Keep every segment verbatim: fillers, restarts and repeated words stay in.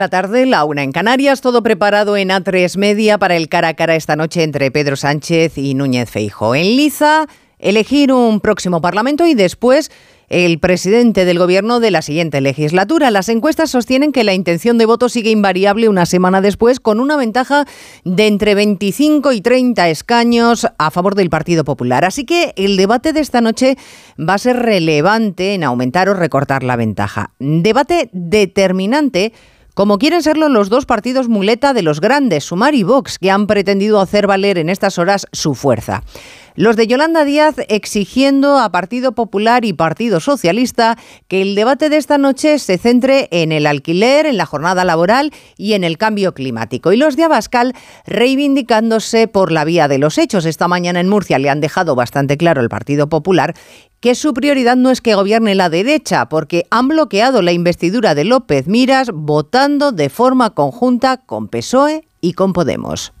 La tarde, la una en Canarias, todo preparado en A tres Media para el cara a cara esta noche entre Pedro Sánchez y Núñez Feijóo. En liza, elegir un próximo Parlamento y después el presidente del Gobierno de la siguiente legislatura. Las encuestas sostienen que la intención de voto sigue invariable una semana después, con una ventaja de entre veinticinco y treinta escaños a favor del Partido Popular. Así que el debate de esta noche va a ser relevante en aumentar o recortar la ventaja. Debate determinante, como quieren serlo los dos partidos muleta de los grandes, Sumar y Vox, que han pretendido hacer valer en estas horas su fuerza. Los de Yolanda Díaz exigiendo a Partido Popular y Partido Socialista que el debate de esta noche se centre en el alquiler, en la jornada laboral y en el cambio climático. Y los de Abascal reivindicándose por la vía de los hechos. Esta mañana en Murcia le han dejado bastante claro el Partido Popular que su prioridad no es que gobierne la derecha, porque han bloqueado la investidura de López Miras votando de forma conjunta con P S O E y con Podemos.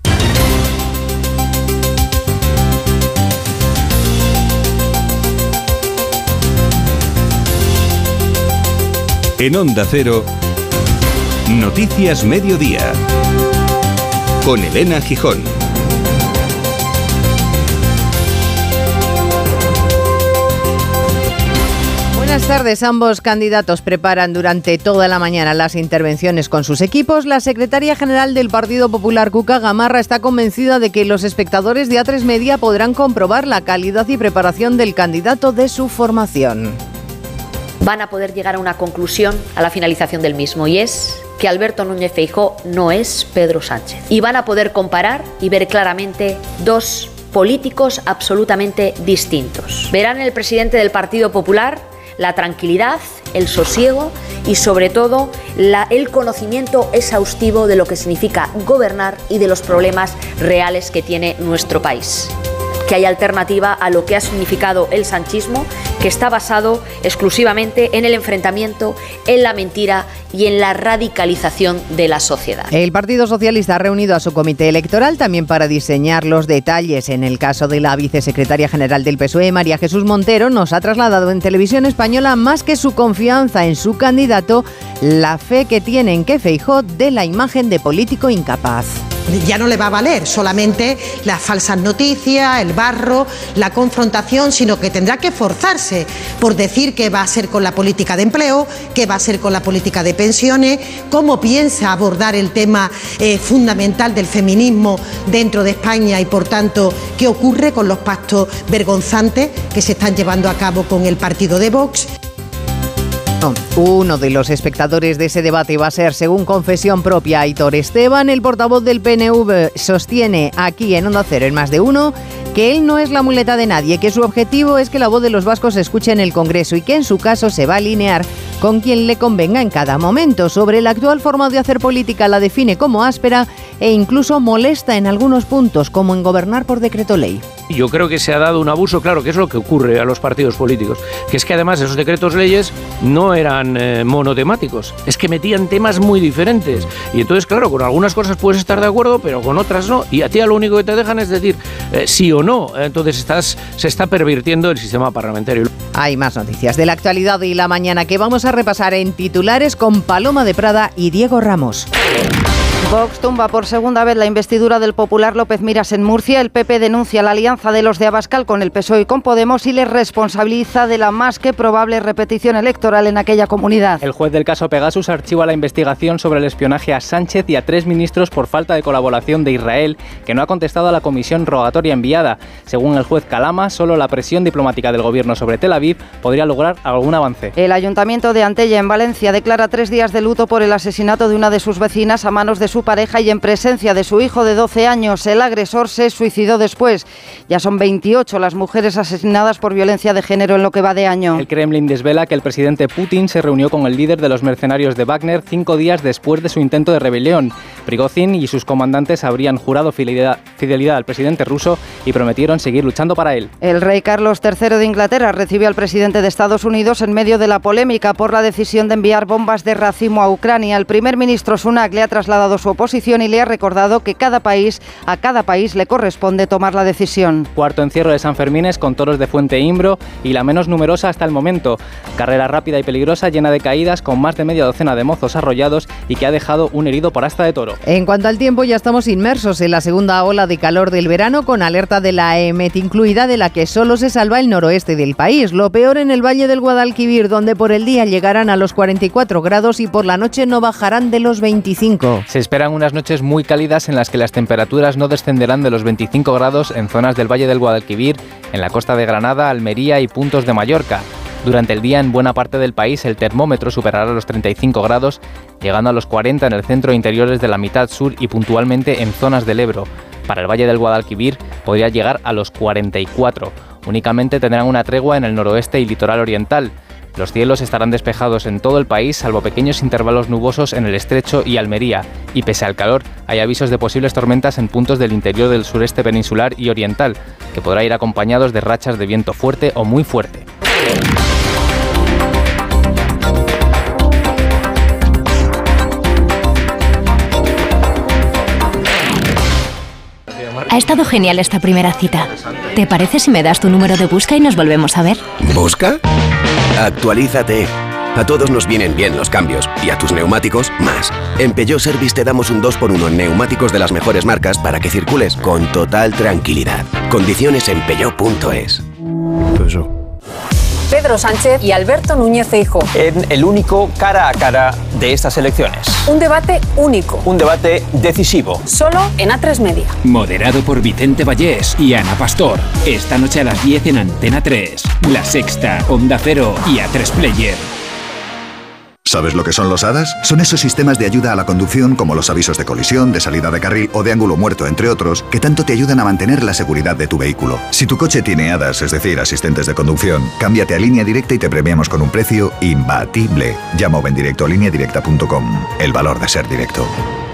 En Onda Cero, Noticias Mediodía, con Elena Gijón. Buenas tardes. Ambos candidatos preparan durante toda la mañana las intervenciones con sus equipos. La secretaria general del Partido Popular, Cuca Gamarra, está convencida de que los espectadores de A tres Media podrán comprobar la calidad y preparación del candidato de su formación. Van a poder llegar a una conclusión a la finalización del mismo, y es que Alberto Núñez Feijóo no es Pedro Sánchez. Y van a poder comparar y ver claramente dos políticos absolutamente distintos. Verán en el presidente del Partido Popular la tranquilidad, el sosiego y sobre todo la, el conocimiento exhaustivo de lo que significa gobernar y de los problemas reales que tiene nuestro país. Que hay alternativa a lo que ha significado el sanchismo, que está basado exclusivamente en el enfrentamiento, en la mentira y en la radicalización de la sociedad. El Partido Socialista ha reunido a su comité electoral también para diseñar los detalles. En el caso de la vicesecretaria general del P S O E, María Jesús Montero, nos ha trasladado en Televisión Española, más que su confianza en su candidato, la fe que tiene en que Feijóo dé la imagen de político incapaz. Ya no le va a valer solamente las falsas noticias, el barro, la confrontación, sino que tendrá que esforzarse por decir qué va a ser con la política de empleo, qué va a ser con la política de pensiones, cómo piensa abordar el tema eh, fundamental del feminismo dentro de España y, por tanto, qué ocurre con los pactos vergonzantes que se están llevando a cabo con el partido de Vox. Uno de los espectadores de ese debate va a ser, según confesión propia, Aitor Esteban. El portavoz del P N V sostiene aquí en Onda Cero, en Más de Uno, que él no es la muleta de nadie, que su objetivo es que la voz de los vascos se escuche en el Congreso y que en su caso se va a alinear con quien le convenga en cada momento. Sobre la actual forma de hacer política, la define como áspera e incluso molesta en algunos puntos, como en gobernar por decreto ley. Yo creo que se ha dado un abuso, claro, que es lo que ocurre a los partidos políticos, que es que además esos decretos leyes no eran eh, monotemáticos, es que metían temas muy diferentes. Y entonces, claro, con algunas cosas puedes estar de acuerdo, pero con otras no. Y a ti lo único que te dejan es decir eh, sí o no. Entonces estás, se está pervirtiendo el sistema parlamentario. Hay más noticias de la actualidad y la mañana que vamos a repasar en titulares con Paloma de Prada y Diego Ramos. Vox tumba por segunda vez la investidura del popular López Miras en Murcia. El P P denuncia la alianza de los de Abascal con el P S O E y con Podemos y les responsabiliza de la más que probable repetición electoral en aquella comunidad. El juez del caso Pegasus archiva la investigación sobre el espionaje a Sánchez y a tres ministros por falta de colaboración de Israel, que no ha contestado a la comisión rogatoria enviada. Según el juez Calama, solo la presión diplomática del gobierno sobre Tel Aviv podría lograr algún avance. El Ayuntamiento de Antella, en Valencia, declara tres días de luto por el asesinato de una de sus vecinas a manos de su pareja y en presencia de su hijo de doce años. El agresor se suicidó después. Ya son veintiocho las mujeres asesinadas por violencia de género en lo que va de año. El Kremlin desvela que el presidente Putin se reunió con el líder de los mercenarios de Wagner cinco días después de su intento de rebelión. Prigozhin y sus comandantes habrían jurado fidelidad, fidelidad al presidente ruso y prometieron seguir luchando para él. El rey Carlos tercero de Inglaterra recibe al presidente de Estados Unidos en medio de la polémica por la decisión de enviar bombas de racimo a Ucrania. El primer ministro Sunak le ha trasladado su oposición y le ha recordado que cada país, a cada país le corresponde tomar la decisión. Cuarto encierro de San Fermines con toros de Fuente Imbro y la menos numerosa hasta el momento. Carrera rápida y peligrosa llena de caídas con más de media docena de mozos arrollados y que ha dejado un herido por asta de toro. En cuanto al tiempo, ya estamos inmersos en la segunda ola de calor del verano con alerta de la E M E T incluida, de la que solo se salva el noroeste del país. Lo peor en el Valle del Guadalquivir, donde por el día llegarán a los cuarenta y cuatro grados y por la noche no bajarán de los veinticinco. Se esperan unas noches muy cálidas en las que las temperaturas no descenderán de los veinticinco grados en zonas del Valle del Guadalquivir, en la costa de Granada, Almería y puntos de Mallorca. Durante el día en buena parte del país el termómetro superará los treinta y cinco grados, llegando a los cuarenta en el centro e interiores de la mitad sur y puntualmente en zonas del Ebro. Para el Valle del Guadalquivir podría llegar a los cuarenta y cuatro. Únicamente tendrán una tregua en el noroeste y litoral oriental. Los cielos estarán despejados en todo el país, salvo pequeños intervalos nubosos en el Estrecho y Almería. Y pese al calor, hay avisos de posibles tormentas en puntos del interior del sureste peninsular y oriental, que podrá ir acompañados de rachas de viento fuerte o muy fuerte. Ha estado genial esta primera cita. ¿Te parece si me das tu número de busca y nos volvemos a ver? ¿Busca? Actualízate. A todos nos vienen bien los cambios y a tus neumáticos más. En Peugeot Service te damos un dos por uno en neumáticos de las mejores marcas para que circules con total tranquilidad. Condiciones en peugeot punto es. Peugeot. Pedro Sánchez y Alberto Núñez Feijóo. En el único cara a cara de estas elecciones. Un debate único. Un debate decisivo. Solo en A tres Media. Moderado por Vicente Vallés y Ana Pastor. Esta noche a las diez en Antena tres. La Sexta, Onda Cero y A tres Player. ¿Sabes lo que son los A D A S? Son esos sistemas de ayuda a la conducción como los avisos de colisión, de salida de carril o de ángulo muerto, entre otros, que tanto te ayudan a mantener la seguridad de tu vehículo. Si tu coche tiene A D A S, es decir, asistentes de conducción, cámbiate a Línea Directa y te premiamos con un precio imbatible. Llama o ven directo a línea directa punto com. El valor de ser directo.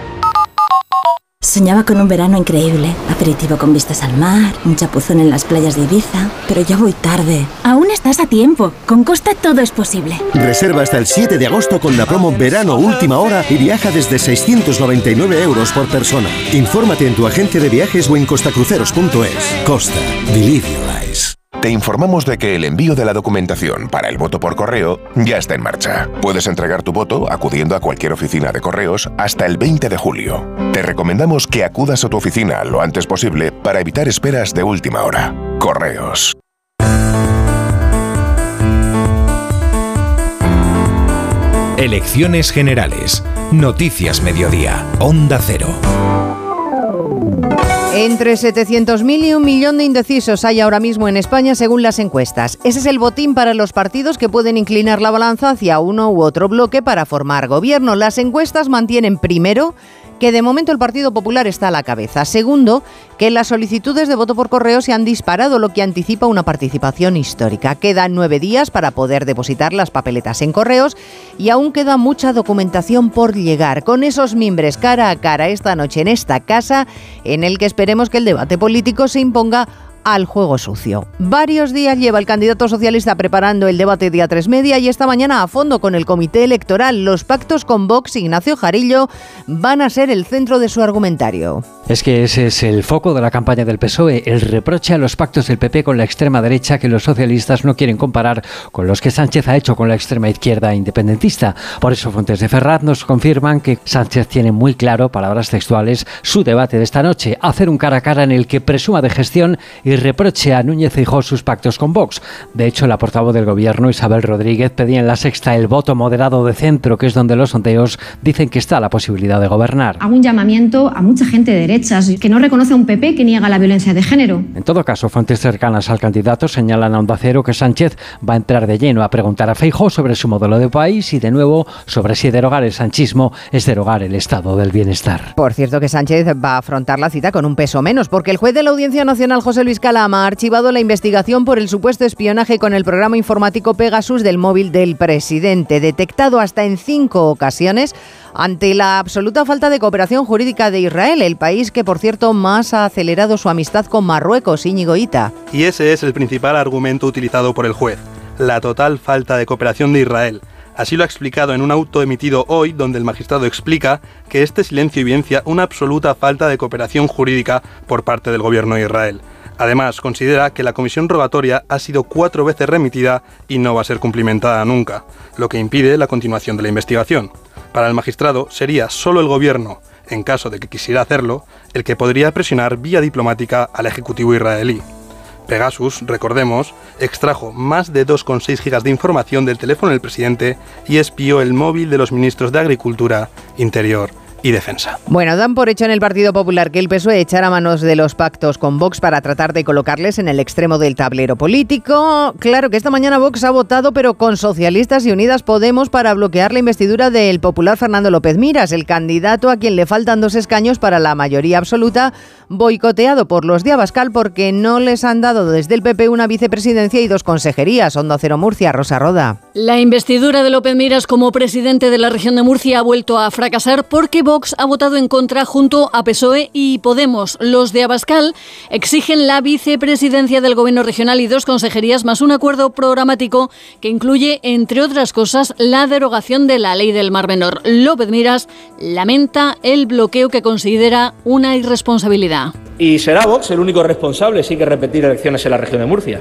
Soñaba con un verano increíble, aperitivo con vistas al mar, un chapuzón en las playas de Ibiza, pero ya voy tarde. Aún estás a tiempo. Con Costa todo es posible. Reserva hasta el siete de agosto con la promo Verano Última Hora y viaja desde seiscientos noventa y nueve euros por persona. Infórmate en tu agencia de viajes o en costacruceros punto es. Costa. Believe your eyes. Te informamos de que el envío de la documentación para el voto por correo ya está en marcha. Puedes entregar tu voto acudiendo a cualquier oficina de correos hasta el veinte de julio. Te recomendamos que acudas a tu oficina lo antes posible para evitar esperas de última hora. Correos. Elecciones generales. Noticias Mediodía. Onda Cero. Entre setecientos mil y un millón de indecisos hay ahora mismo en España según las encuestas. Ese es el botín para los partidos que pueden inclinar la balanza hacia uno u otro bloque para formar gobierno. Las encuestas mantienen primero que de momento el Partido Popular está a la cabeza. Segundo, que las solicitudes de voto por correo se han disparado, lo que anticipa una participación histórica. Quedan nueve días para poder depositar las papeletas en correos y aún queda mucha documentación por llegar. Con esos mimbres cara a cara esta noche en esta casa, en el que esperemos que el debate político se imponga al juego sucio. Varios días lleva el candidato socialista preparando el debate de A tres Media y esta mañana a fondo con el comité electoral. Los pactos con Vox, Ignacio Jarillo, van a ser el centro de su argumentario. Es que ese es el foco de la campaña del P S O E, el reproche a los pactos del P P con la extrema derecha que los socialistas no quieren comparar con los que Sánchez ha hecho con la extrema izquierda independentista. Por eso fuentes de Ferraz nos confirman que Sánchez tiene muy claro, palabras textuales, su debate de esta noche, hacer un cara a cara en el que presuma de gestión y reproche a Núñez Feijóo sus pactos con Vox. De hecho, la portavoz del gobierno, Isabel Rodríguez, pedía en la Sexta el voto moderado de centro, que es donde los sondeos dicen que está la posibilidad de gobernar. Hago un llamamiento a mucha gente de derechas que no reconoce a un P P que niega la violencia de género. En todo caso, fuentes cercanas al candidato señalan a Onda Cero que Sánchez va a entrar de lleno a preguntar a Feijóo sobre su modelo de país y de nuevo sobre si derogar el sanchismo es derogar el estado del bienestar. Por cierto que Sánchez va a afrontar la cita con un peso menos, porque el juez de la Audiencia Nacional, José Luis Luis Calama ha archivado la investigación por el supuesto espionaje con el programa informático Pegasus del móvil del presidente, detectado hasta en cinco ocasiones ante la absoluta falta de cooperación jurídica de Israel, el país que, por cierto, más ha acelerado su amistad con Marruecos, Íñigo Ita. Y ese es el principal argumento utilizado por el juez, la total falta de cooperación de Israel. Así lo ha explicado en un auto emitido hoy, donde el magistrado explica que este silencio evidencia una absoluta falta de cooperación jurídica por parte del gobierno de Israel. Además, considera que la comisión rogatoria ha sido cuatro veces remitida y no va a ser cumplimentada nunca, lo que impide la continuación de la investigación. Para el magistrado, sería solo el gobierno, en caso de que quisiera hacerlo, el que podría presionar vía diplomática al ejecutivo israelí. Pegasus, recordemos, extrajo más de dos coma seis gigas de información del teléfono del presidente y espió el móvil de los ministros de Agricultura, Interior y Defensa. Bueno, dan por hecho en el Partido Popular que el P S O E echará manos de los pactos con Vox para tratar de colocarles en el extremo del tablero político. Claro que esta mañana Vox ha votado, pero con Socialistas y Unidas Podemos, para bloquear la investidura del popular Fernando López Miras, el candidato a quien le faltan dos escaños para la mayoría absoluta, boicoteado por los de Abascal porque no les han dado desde el P P una vicepresidencia y dos consejerías. Onda Cero Murcia, Rosa Roda. La investidura de López Miras como presidente de la región de Murcia ha vuelto a fracasar porque Vox ha votado en contra junto a P S O E y Podemos. Los de Abascal exigen la vicepresidencia del gobierno regional y dos consejerías más un acuerdo programático que incluye, entre otras cosas, la derogación de la ley del Mar Menor. López Miras lamenta el bloqueo que considera una irresponsabilidad. Y será Vox el único responsable si hay que repetir elecciones en la región de Murcia.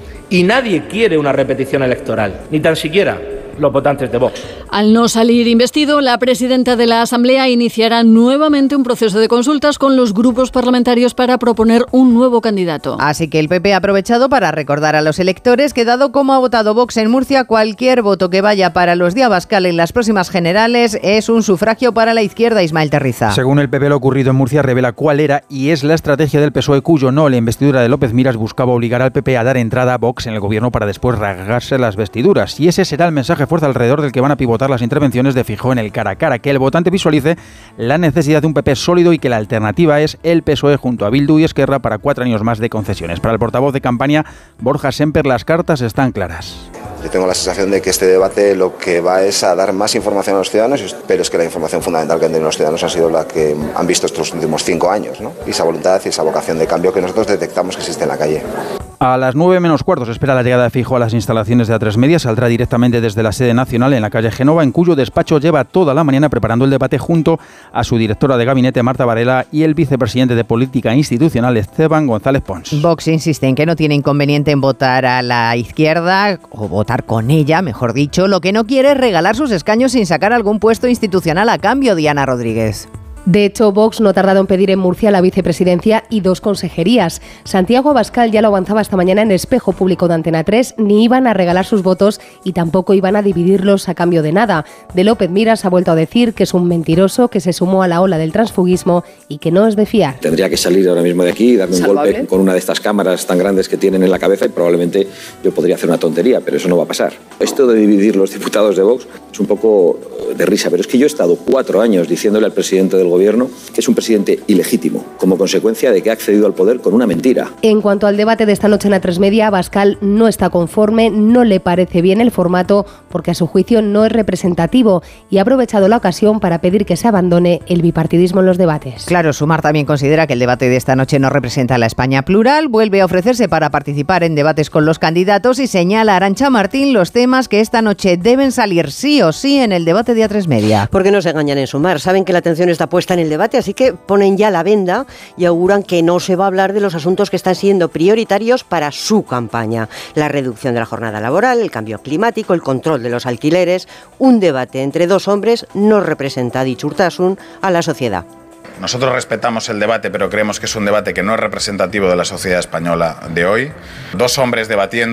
Y nadie quiere una repetición electoral, ni tan siquiera los votantes de Vox. Al no salir investido, la presidenta de la Asamblea iniciará nuevamente un proceso de consultas con los grupos parlamentarios para proponer un nuevo candidato. Así que el P P ha aprovechado para recordar a los electores que, dado como ha votado Vox en Murcia, cualquier voto que vaya para los de Abascal en las próximas generales es un sufragio para la izquierda. Ismael Terriza. Según el P P, lo ocurrido en Murcia revela cuál era y es la estrategia del P S O E, cuyo no, la investidura de López Miras, buscaba obligar al P P a dar entrada a Vox en el gobierno para después rasgarse las vestiduras. Y ese será el mensaje fuerza alrededor del que van a pivotar las intervenciones de Feijóo en el cara a cara, que el votante visualice la necesidad de un P P sólido y que la alternativa es el P S O E junto a Bildu y Esquerra para cuatro años más de concesiones. Para el portavoz de campaña, Borja Semper, las cartas están claras. Yo tengo la sensación de que este debate lo que va es a dar más información a los ciudadanos, pero es que la información fundamental que han tenido los ciudadanos ha sido la que han visto estos últimos cinco años, ¿no? Y esa voluntad y esa vocación de cambio que nosotros detectamos que existe en la calle. A las nueve menos cuarto se espera la llegada de Feijóo a las instalaciones de A tres Media. Saldrá directamente desde la sede nacional en la calle Génova, en cuyo despacho lleva toda la mañana preparando el debate junto a su directora de gabinete, Marta Varela, y el vicepresidente de Política Institucional, Esteban González Pons. Vox insiste en que no tiene inconveniente en votar a la izquierda, o votar con ella, mejor dicho. Lo que no quiere es regalar sus escaños sin sacar algún puesto institucional a cambio. Diana Rodríguez. De hecho, Vox no ha tardado en pedir en Murcia la vicepresidencia y dos consejerías. Santiago Abascal ya lo avanzaba esta mañana en Espejo Público de Antena tres, ni iban a regalar sus votos y tampoco iban a dividirlos a cambio de nada. De López Miras ha vuelto a decir que es un mentiroso, que se sumó a la ola del transfuguismo y que no es de fiar. Tendría que salir ahora mismo de aquí y darme un ¿Salvable? golpe con una de estas cámaras tan grandes que tienen en la cabeza y probablemente yo podría hacer una tontería, pero eso no va a pasar. Esto de dividir los diputados de Vox es un poco de risa, pero es que yo he estado cuatro años diciéndole al presidente del gobierno que es un presidente ilegítimo, como consecuencia de que ha accedido al poder con una mentira. En cuanto al debate de esta noche en A tres Media, Abascal no está conforme, no le parece bien el formato porque a su juicio no es representativo y ha aprovechado la ocasión para pedir que se abandone el bipartidismo en los debates. Claro, Sumar también considera que el debate de esta noche no representa a la España plural, vuelve a ofrecerse para participar en debates con los candidatos y señala a Arantxa Martín los temas que esta noche deben salir sí o sí en el debate de A tres Media. Porque no se engañan en Sumar, saben que la atención está puesta en el debate, así que ponen ya la venda y auguran que no se va a hablar de los asuntos que están siendo prioritarios para su campaña. La reducción de la jornada laboral, el cambio climático, el control de los alquileres. Un debate entre dos hombres no representa, dicho Urtasun, a la sociedad. Nosotros respetamos el debate, pero creemos que es un debate que no es representativo de la sociedad española de hoy. Dos hombres debatiendo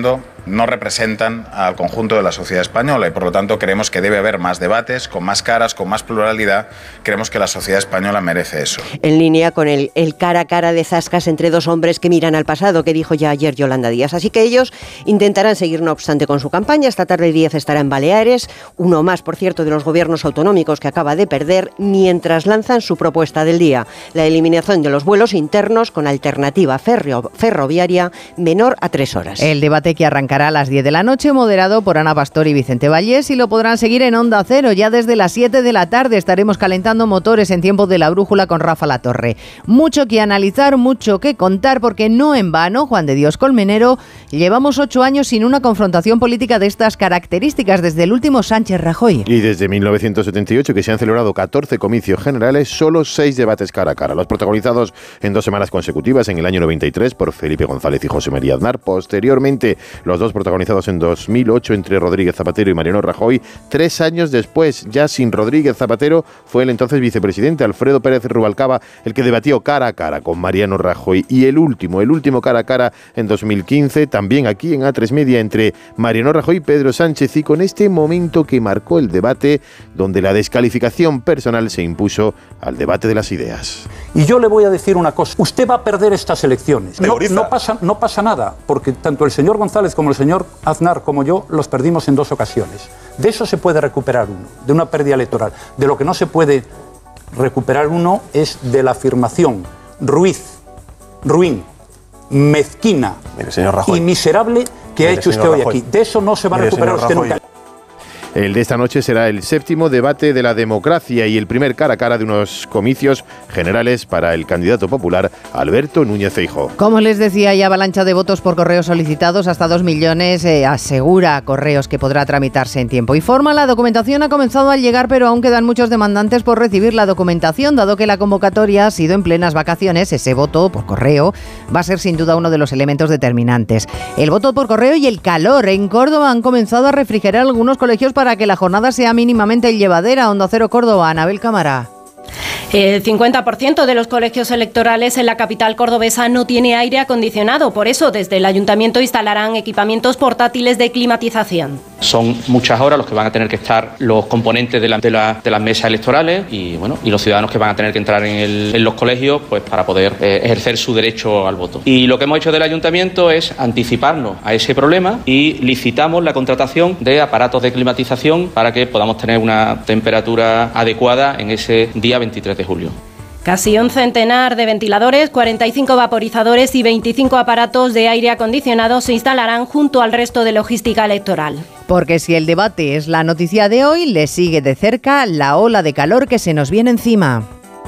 no representan al conjunto de la sociedad española y por lo tanto creemos que debe haber más debates, con más caras, con más pluralidad. Creemos que la sociedad española merece eso. En línea con el, el cara a cara de zascas entre dos hombres que miran al pasado, que dijo ya ayer Yolanda Díaz. Así que ellos intentarán seguir, no obstante, con su campaña. Esta tarde Díaz estará en Baleares, uno más, por cierto, de los gobiernos autonómicos que acaba de perder, mientras lanzan su propuesta del día, la eliminación de los vuelos internos con alternativa ferro, ferroviaria menor a tres horas. El debate que arrancará a las diez de la noche, moderado por Ana Pastor y Vicente Vallés, y lo podrán seguir en Onda Cero. Ya desde las siete de la tarde estaremos calentando motores en Tiempo de la Brújula con Rafa Latorre. Mucho que analizar, mucho que contar, porque no en vano, Juan de Dios Colmenero, llevamos ocho años sin una confrontación política de estas características desde el último Sánchez-Rajoy. Y desde mil novecientos setenta y ocho, que se han celebrado catorce comicios generales, solo seis debates cara a cara. Los protagonizados en dos semanas consecutivas en el año noventa y tres por Felipe González y José María Aznar. Posteriormente, los dos protagonizados en dos mil ocho entre Rodríguez Zapatero y Mariano Rajoy. Tres años después, ya sin Rodríguez Zapatero, fue el entonces vicepresidente Alfredo Pérez Rubalcaba el que debatió cara a cara con Mariano Rajoy. Y el último, el último cara a cara en dos mil quince, también aquí en A tres Media, entre Mariano Rajoy y Pedro Sánchez, y con este momento que marcó el debate, donde la descalificación personal se impuso al debate de las ideas. Y yo le voy a decir una cosa, usted va a perder estas elecciones. No, no, pasa, no pasa nada, porque tanto el señor González como el señor Aznar como yo los perdimos en dos ocasiones. De eso se puede recuperar uno, de una pérdida electoral. De lo que no se puede recuperar uno es de la afirmación ruiz, ruin, mezquina y miserable que Mire, ha hecho usted hoy Rajoy. Aquí. De eso no se va Mire, a recuperar usted Rajoy. Nunca. El de esta noche será el séptimo debate de la democracia y el primer cara a cara de unos comicios generales para el candidato popular Alberto Núñez Feijóo. Como les decía, hay avalancha de votos por correo solicitados, hasta dos millones, eh, asegura Correos que podrá tramitarse en tiempo y forma. La documentación ha comenzado a llegar, pero aún quedan muchos demandantes por recibir la documentación, dado que la convocatoria ha sido en plenas vacaciones. Ese voto por correo va a ser sin duda uno de los elementos determinantes. El voto por correo y el calor. En Córdoba han comenzado a refrigerar algunos colegios para que la jornada sea mínimamente llevadera. Onda Cero Córdoba, Anabel Cámara. El cincuenta por ciento de los colegios electorales en la capital cordobesa no tiene aire acondicionado. Por eso, desde el ayuntamiento instalarán equipamientos portátiles de climatización. Son muchas horas los que van a tener que estar los componentes de, la, de, la, de las mesas electorales y, bueno, y los ciudadanos que van a tener que entrar en, el, en los colegios pues, para poder eh, ejercer su derecho al voto. Y lo que hemos hecho del ayuntamiento es anticiparnos a ese problema y licitamos la contratación de aparatos de climatización para que podamos tener una temperatura adecuada en ese día veintitrés de julio. Casi un centenar de ventiladores, cuarenta y cinco vaporizadores y veinticinco aparatos de aire acondicionado se instalarán junto al resto de logística electoral. Porque si el debate es la noticia de hoy, le sigue de cerca la ola de calor que se nos viene encima.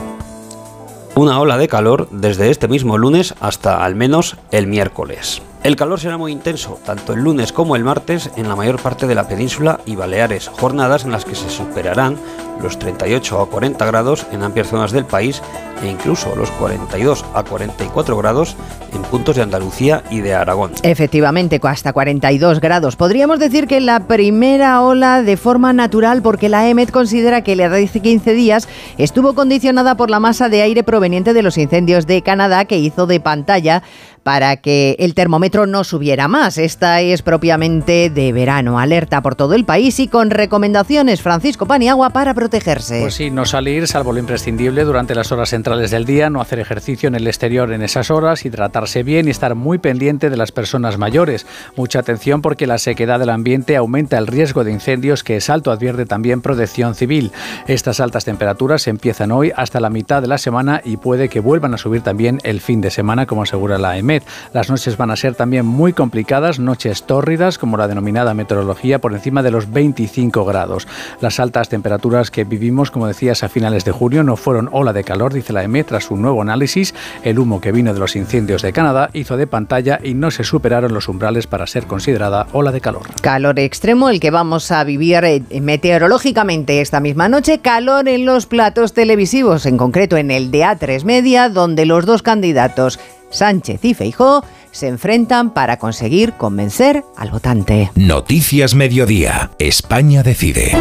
Una ola de calor desde este mismo lunes hasta al menos el miércoles. El calor será muy intenso, tanto el lunes como el martes, en la mayor parte de la península y Baleares, jornadas en las que se superarán los treinta y ocho a cuarenta grados en amplias zonas del país e incluso los cuarenta y dos a cuarenta y cuatro grados en puntos de Andalucía y de Aragón. Efectivamente, hasta cuarenta y dos grados. Podríamos decir que la primera ola de forma natural, porque la E M E T considera que la de hace quince días estuvo condicionada por la masa de aire proveniente de los incendios de Canadá, que hizo de pantalla para que el termómetro no subiera más. Esta es propiamente de verano. Alerta por todo el país y con recomendaciones, Francisco Paniagua, para protegerse. Pues sí, no salir, salvo lo imprescindible, durante las horas centrales del día, no hacer ejercicio en el exterior en esas horas, hidratarse bien y estar muy pendiente de las personas mayores. Mucha atención porque la sequedad del ambiente aumenta el riesgo de incendios, que es alto, advierte también Protección Civil. Estas altas temperaturas empiezan hoy hasta la mitad de la semana y puede que vuelvan a subir también el fin de semana, como asegura la E M E T. Las noches van a ser también muy complicadas, noches tórridas, como la denominada meteorología, por encima de los veinticinco grados. Las altas temperaturas que vivimos, como decías, a finales de junio no fueron ola de calor, dice la E M E T, tras un nuevo análisis. El humo que vino de los incendios de Canadá hizo de pantalla y no se superaron los umbrales para ser considerada ola de calor. Calor extremo el que vamos a vivir eh, meteorológicamente esta misma noche. Calor en los platos televisivos, en concreto en el de A tres Media, donde los dos candidatos, Sánchez y Feijóo, se enfrentan para conseguir convencer al votante. Noticias Mediodía. España decide.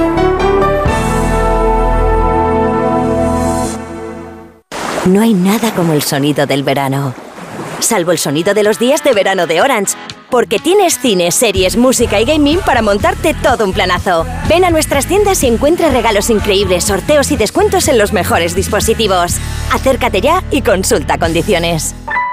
No hay nada como el sonido del verano, salvo el sonido de los días de verano de Orange. porque tienes cine, series, música y gaming para montarte todo un planazo. Ven a nuestras tiendas y encuentra regalos increíbles, sorteos y descuentos en los mejores dispositivos. Acércate ya y consulta condiciones.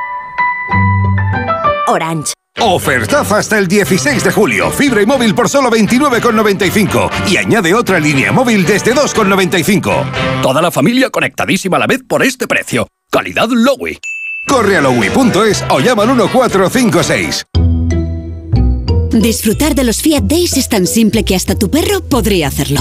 Orange. Ofertazo hasta el dieciséis de julio. Fibra y móvil por solo veintinueve con noventa y cinco. Y añade otra línea móvil desde dos con noventa y cinco. Toda la familia conectadísima a la vez por este precio. Calidad Lowy. Corre a lowy punto es o llama al uno cuatro cinco seis. Disfrutar de los Fiat Days es tan simple que hasta tu perro podría hacerlo.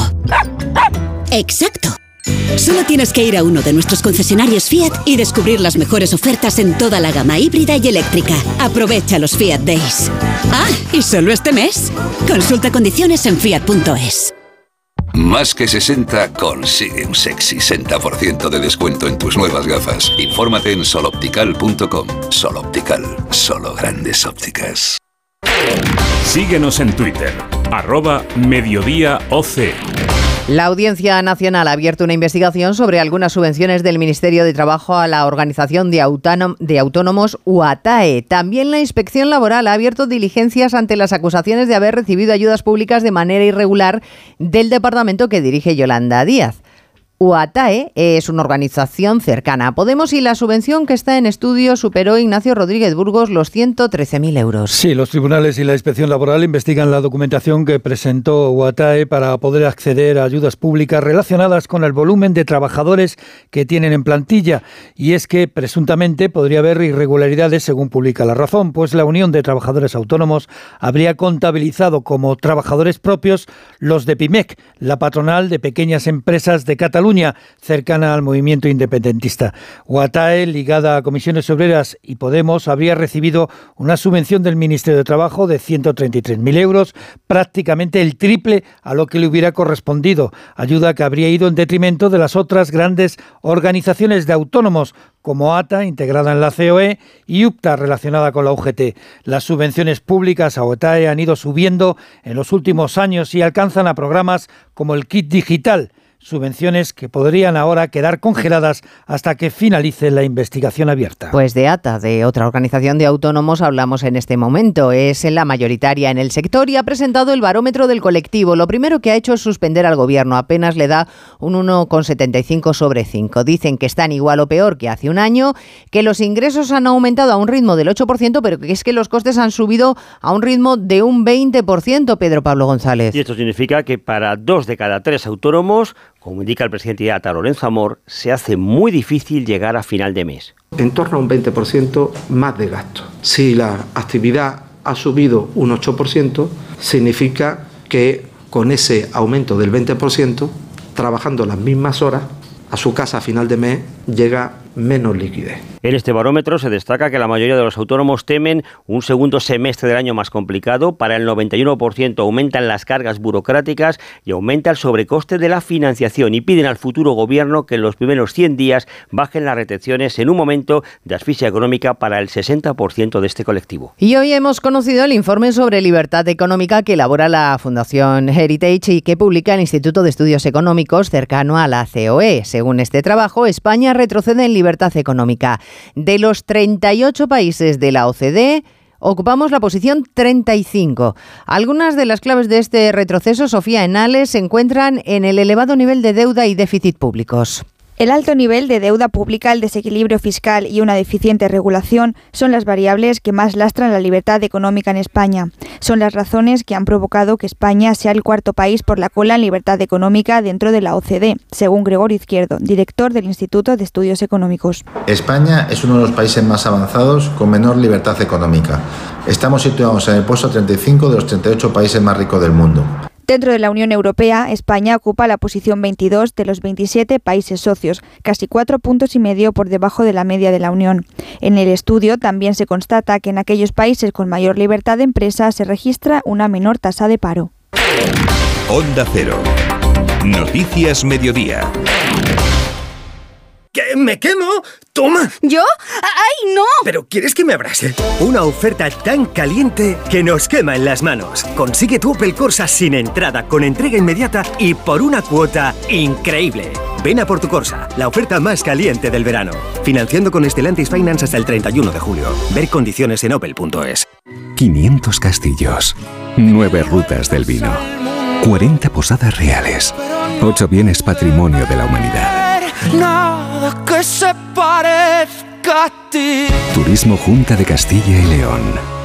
Exacto. Solo tienes que ir a uno de nuestros concesionarios Fiat y descubrir las mejores ofertas en toda la gama híbrida y eléctrica. Aprovecha los Fiat Days. Ah, y solo este mes. Consulta condiciones en fiat punto es. Más que sesenta consigue un sexy sesenta por ciento de descuento en tus nuevas gafas. Infórmate en soloptical punto com. Soloptical, solo grandes ópticas. Síguenos en Twitter, arroba Mediodía O C. La Audiencia Nacional ha abierto una investigación sobre algunas subvenciones del Ministerio de Trabajo a la Organización de, Autónom- de Autónomos UATAE. También la Inspección Laboral ha abierto diligencias ante las acusaciones de haber recibido ayudas públicas de manera irregular del departamento que dirige Yolanda Díaz. UATAE es una organización cercana a Podemos y la subvención que está en estudio superó, Ignacio Rodríguez Burgos, los ciento trece mil euros. Sí, los tribunales y la Inspección Laboral investigan la documentación que presentó UATAE para poder acceder a ayudas públicas relacionadas con el volumen de trabajadores que tienen en plantilla. Y es que, presuntamente, podría haber irregularidades, según publica La Razón, pues la Unión de Trabajadores Autónomos habría contabilizado como trabajadores propios los de PIMEC, la patronal de pequeñas empresas de Cataluña, cercana al movimiento independentista. UATAE, ligada a Comisiones Obreras y Podemos, habría recibido una subvención del Ministerio de Trabajo de ciento treinta y tres mil euros, prácticamente el triple a lo que le hubiera correspondido, ayuda que habría ido en detrimento de las otras grandes organizaciones de autónomos, como ATA, integrada en la C O E, y UPTA, relacionada con la U G T. Las subvenciones públicas a UATAE han ido subiendo en los últimos años y alcanzan a programas como el Kit Digital, subvenciones que podrían ahora quedar congeladas hasta que finalice la investigación abierta. Pues de ATA, de otra organización de autónomos, hablamos en este momento. Es la mayoritaria en el sector y ha presentado el barómetro del colectivo. Lo primero que ha hecho es suspender al gobierno. Apenas le da un uno coma setenta y cinco sobre cinco. Dicen que están igual o peor que hace un año, que los ingresos han aumentado a un ritmo del ocho por ciento, pero que es que los costes han subido a un ritmo de un veinte por ciento, Pedro Pablo González. Y esto significa que para dos de cada tres autónomos, como indica el presidente de ATA, Lorenzo Amor, se hace muy difícil llegar a final de mes. En torno a un veinte por ciento más de gasto. Si la actividad ha subido un ocho por ciento, significa que con ese aumento del veinte por ciento, trabajando las mismas horas, a su casa a final de mes llega menos liquidez. En este barómetro se destaca que la mayoría de los autónomos temen un segundo semestre del año más complicado. Para el noventa y uno por ciento aumentan las cargas burocráticas y aumenta el sobrecoste de la financiación, y piden al futuro gobierno que en los primeros cien días bajen las retenciones en un momento de asfixia económica para el sesenta por ciento de este colectivo. Y hoy hemos conocido el informe sobre libertad económica que elabora la Fundación Heritage y que publica el Instituto de Estudios Económicos, cercano a la C O E. Según este trabajo, España retrocede en libertad económica. De los treinta y ocho países de la O C D E, ocupamos la posición treinta y cinco. Algunas de las claves de este retroceso, Sofía Enales, se encuentran en el elevado nivel de deuda y déficit públicos. El alto nivel de deuda pública, el desequilibrio fiscal y una deficiente regulación son las variables que más lastran la libertad económica en España. Son las razones que han provocado que España sea el cuarto país por la cola en libertad económica dentro de la O C D E, según Gregorio Izquierdo, director del Instituto de Estudios Económicos. España es uno de los países más avanzados con menor libertad económica. Estamos situados en el puesto treinta y cinco de los treinta y ocho países más ricos del mundo. Dentro de la Unión Europea, España ocupa la posición veintidós de los veintisiete países socios, casi cuatro puntos y medio por debajo de la media de la Unión. En el estudio también se constata que en aquellos países con mayor libertad de empresa se registra una menor tasa de paro. Onda Cero. Noticias Mediodía. ¿Qué? ¿Me quemo? ¡Toma! ¿Yo? ¡Ay, no! ¿Pero quieres que me abrase? Una oferta tan caliente que nos quema en las manos. Consigue tu Opel Corsa sin entrada, con entrega inmediata y por una cuota increíble. Ven a por tu Corsa, la oferta más caliente del verano. Financiando con Stellantis Finance hasta el treinta y uno de julio. Ver condiciones en opel punto es. quinientos castillos, nueve rutas del vino, cuarenta posadas reales, ocho bienes patrimonio de la humanidad. Nada que se parezca a ti. Turismo Junta de Castilla y León.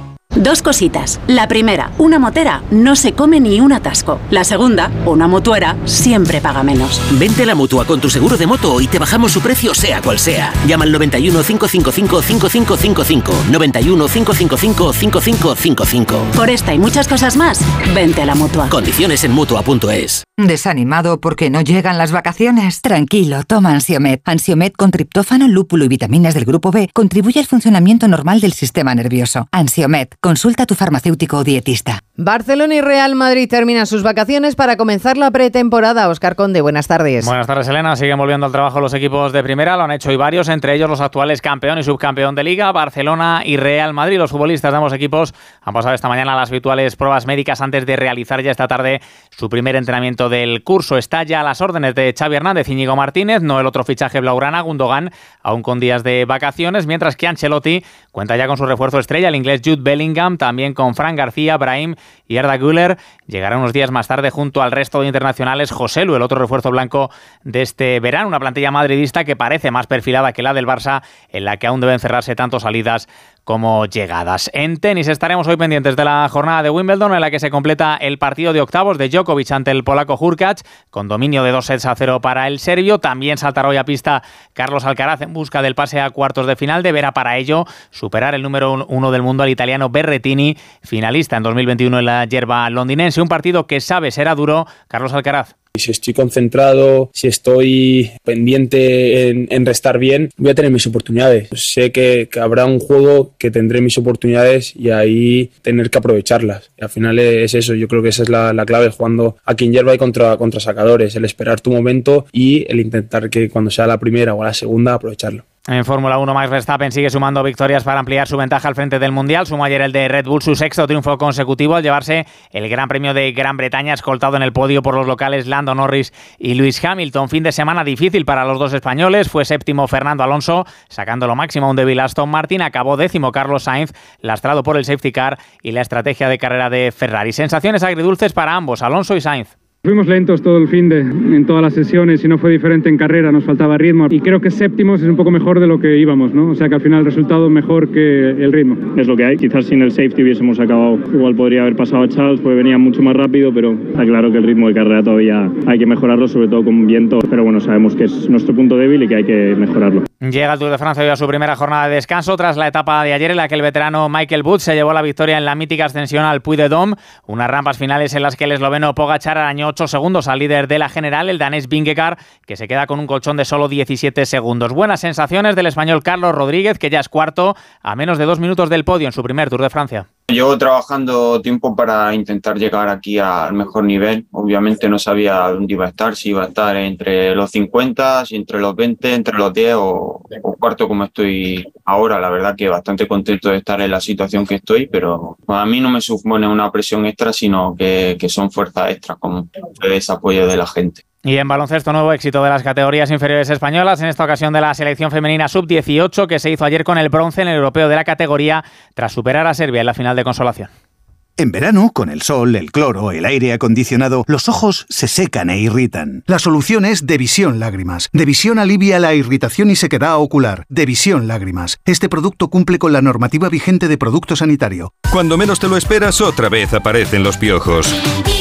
Dos cositas. La primera, una motera no se come ni un atasco. La segunda, una mutuera siempre paga menos. Vente a la Mutua con tu seguro de moto y te bajamos su precio sea cual sea. Llama al noventa y uno, cinco cinco cinco, cinco cinco cinco cinco. noventa y uno, cinco cinco cinco, cinco cinco cinco cinco. Por esta y muchas cosas más, vente a la Mutua. Condiciones en Mutua punto es. ¿Desanimado porque no llegan las vacaciones? Tranquilo, toma Ansiomed. Ansiomed con triptófano, lúpulo y vitaminas del grupo B contribuye al funcionamiento normal del sistema nervioso. Ansiomed. Consulta a tu farmacéutico o dietista. Barcelona y Real Madrid terminan sus vacaciones para comenzar la pretemporada. Óscar Conde, buenas tardes. Buenas tardes, Elena. Siguen volviendo al trabajo los equipos de primera. Lo han hecho hoy varios, entre ellos los actuales campeón y subcampeón de Liga, Barcelona y Real Madrid. Los futbolistas de ambos equipos han pasado esta mañana las habituales pruebas médicas antes de realizar ya esta tarde su primer entrenamiento del curso. Está ya a las órdenes de Xavi Hernández, Íñigo Martínez, no el otro fichaje blaugrana, Gundogan, aún con días de vacaciones, mientras que Ancelotti cuenta ya con su refuerzo estrella, el inglés Jude Bellingham, también con Fran García, Brahim y Arda Güler. Llegará unos días más tarde junto al resto de internacionales Joselu, el otro refuerzo blanco de este verano. Una plantilla madridista que parece más perfilada que la del Barça, en la que aún deben cerrarse tanto salidas como llegadas. En tenis estaremos hoy pendientes de la jornada de Wimbledon, en la que se completa el partido de octavos de Djokovic ante el polaco Hurkacz, con dominio de dos sets a cero para el serbio. También saltará hoy a pista Carlos Alcaraz en busca del pase a cuartos de final. Deberá para ello superar el número uno del mundo al italiano Berrettini, finalista en dos mil veintiuno en la yerba londinense. Un partido que sabe será duro. Carlos Alcaraz. Si estoy concentrado, si estoy pendiente en, en restar bien, voy a tener mis oportunidades. Sé que, que habrá un juego que tendré mis oportunidades y ahí tener que aprovecharlas. Y al final es eso, yo creo que esa es la, la clave, jugando aquí en hierba y contra, contra sacadores, el esperar tu momento y el intentar que cuando sea la primera o la segunda aprovecharlo. En Fórmula uno, Max Verstappen sigue sumando victorias para ampliar su ventaja al frente del Mundial. Sumó ayer el de Red Bull su sexto triunfo consecutivo al llevarse el Gran Premio de Gran Bretaña, escoltado en el podio por los locales Lando Norris y Lewis Hamilton. Fin de semana difícil para los dos españoles. Fue séptimo Fernando Alonso, sacando lo máximo a un débil Aston Martin. Acabó décimo Carlos Sainz, lastrado por el safety car y la estrategia de carrera de Ferrari. Sensaciones agridulces para ambos, Alonso y Sainz. Fuimos lentos todo el fin de en todas las sesiones y no fue diferente en carrera, nos faltaba ritmo y creo que séptimos es un poco mejor de lo que íbamos, ¿no? O sea que al final el resultado es mejor que el ritmo. Es lo que hay, quizás sin el safety hubiésemos acabado, igual podría haber pasado a Charles, pues venía mucho más rápido, pero está claro que el ritmo de carrera todavía hay que mejorarlo, sobre todo con viento, pero bueno, sabemos que es nuestro punto débil y que hay que mejorarlo. Llega el Tour de Francia hoy a su primera jornada de descanso tras la etapa de ayer en la que el veterano Michael Woods se llevó la victoria en la mítica ascensión al Puy de Dôme, unas rampas finales en las que el esloveno Pogačar arañó ocho segundos al líder de la general, el danés Vingegaard, que se queda con un colchón de solo diecisiete segundos. Buenas sensaciones del español Carlos Rodríguez, que ya es cuarto a menos de dos minutos del podio en su primer Tour de Francia. Llevo trabajando tiempo para intentar llegar aquí al mejor nivel. Obviamente no sabía dónde iba a estar, si iba a estar entre los cincuenta, si entre los veinte, entre los diez o, o cuarto como estoy ahora. La verdad que bastante contento de estar en la situación que estoy, pero a mí no me supone una presión extra, sino que, que son fuerzas extras con ese apoyo de la gente. Y en baloncesto, nuevo éxito de las categorías inferiores españolas, en esta ocasión de la selección femenina sub dieciocho, que se hizo ayer con el bronce en el europeo de la categoría tras superar a Serbia en la final de consolación. En verano, con el sol, el cloro, el aire acondicionado, los ojos se secan e irritan. La solución es Devisión Lágrimas. Devisión alivia la irritación y sequedad ocular. Devisión Lágrimas. Este producto cumple con la normativa vigente de producto sanitario. Cuando menos te lo esperas, otra vez aparecen los piojos.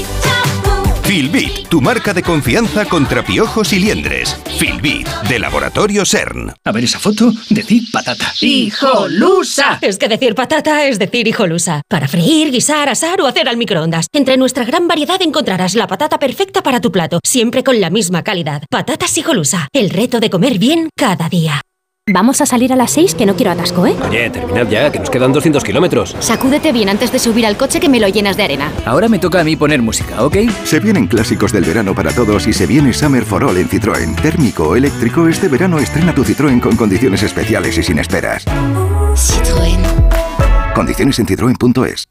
Filbit, tu marca de confianza contra piojos y liendres. Filbit, de Laboratorio CERN. A ver esa foto, decir patata. ¡Hijolusa! Es que decir patata es decir hijolusa. Para freír, guisar, asar o hacer al microondas. Entre nuestra gran variedad encontrarás la patata perfecta para tu plato, siempre con la misma calidad. Patatas Hijolusa, el reto de comer bien cada día. Vamos a salir a las seis, que no quiero atasco, ¿eh? Oye, terminad ya, que nos quedan doscientos kilómetros. Sacúdete bien antes de subir al coche, que me lo llenas de arena. Ahora me toca a mí poner música, ¿ok? Se vienen clásicos del verano para todos y se viene Summer for All en Citroën. Térmico o eléctrico, este verano estrena tu Citroën con condiciones especiales y sin esperas. Citroën. Condiciones en citroen punto es.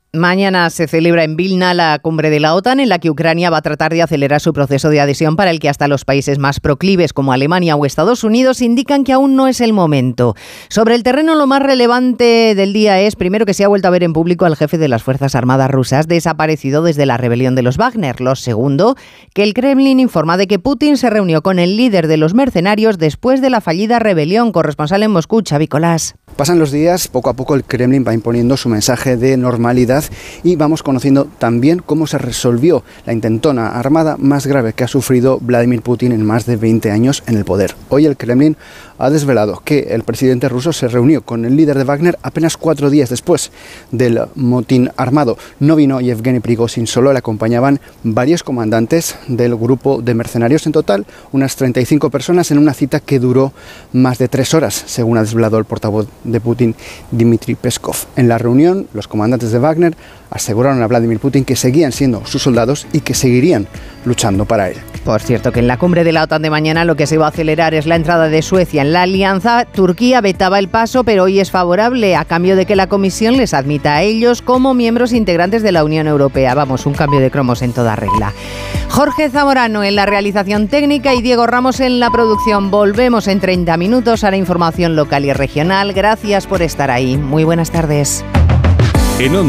Mañana se celebra en Vilna la cumbre de la OTAN, en la que Ucrania va a tratar de acelerar su proceso de adhesión, para el que hasta los países más proclives como Alemania o Estados Unidos indican que aún no es el momento. Sobre el terreno, lo más relevante del día es, primero, que se ha vuelto a ver en público al jefe de las Fuerzas Armadas rusas, desaparecido desde la rebelión de los Wagner. Lo segundo, que el Kremlin informa de que Putin se reunió con el líder de los mercenarios después de la fallida rebelión. Corresponsal en Moscú, Xavi Colás. Pasan los días, poco a poco el Kremlin va imponiendo su mensaje de normalidad y vamos conociendo también cómo se resolvió la intentona armada más grave que ha sufrido Vladimir Putin en más de veinte años en el poder. Hoy el Kremlin ha desvelado que el presidente ruso se reunió con el líder de Wagner apenas cuatro días después del motín armado. No vino Yevgeny Prigozhin, solo le acompañaban varios comandantes del grupo de mercenarios, en total unas treinta y cinco personas, en una cita que duró más de tres horas, según ha desvelado el portavoz de Putin, Dmitry Peskov. En la reunión, los comandantes de Wagner aseguraron a Vladimir Putin que seguían siendo sus soldados y que seguirían luchando para él. Por cierto, que en la cumbre de la OTAN de mañana lo que se va a acelerar es la entrada de Suecia en la alianza. Turquía vetaba el paso, pero hoy es favorable, a cambio de que la Comisión les admita a ellos como miembros integrantes de la Unión Europea. Vamos, un cambio de cromos en toda regla. Jorge Zamorano en la realización técnica y Diego Ramos en la producción. Volvemos en treinta minutos a la información local y regional. Gracias por estar ahí. Muy buenas tardes. En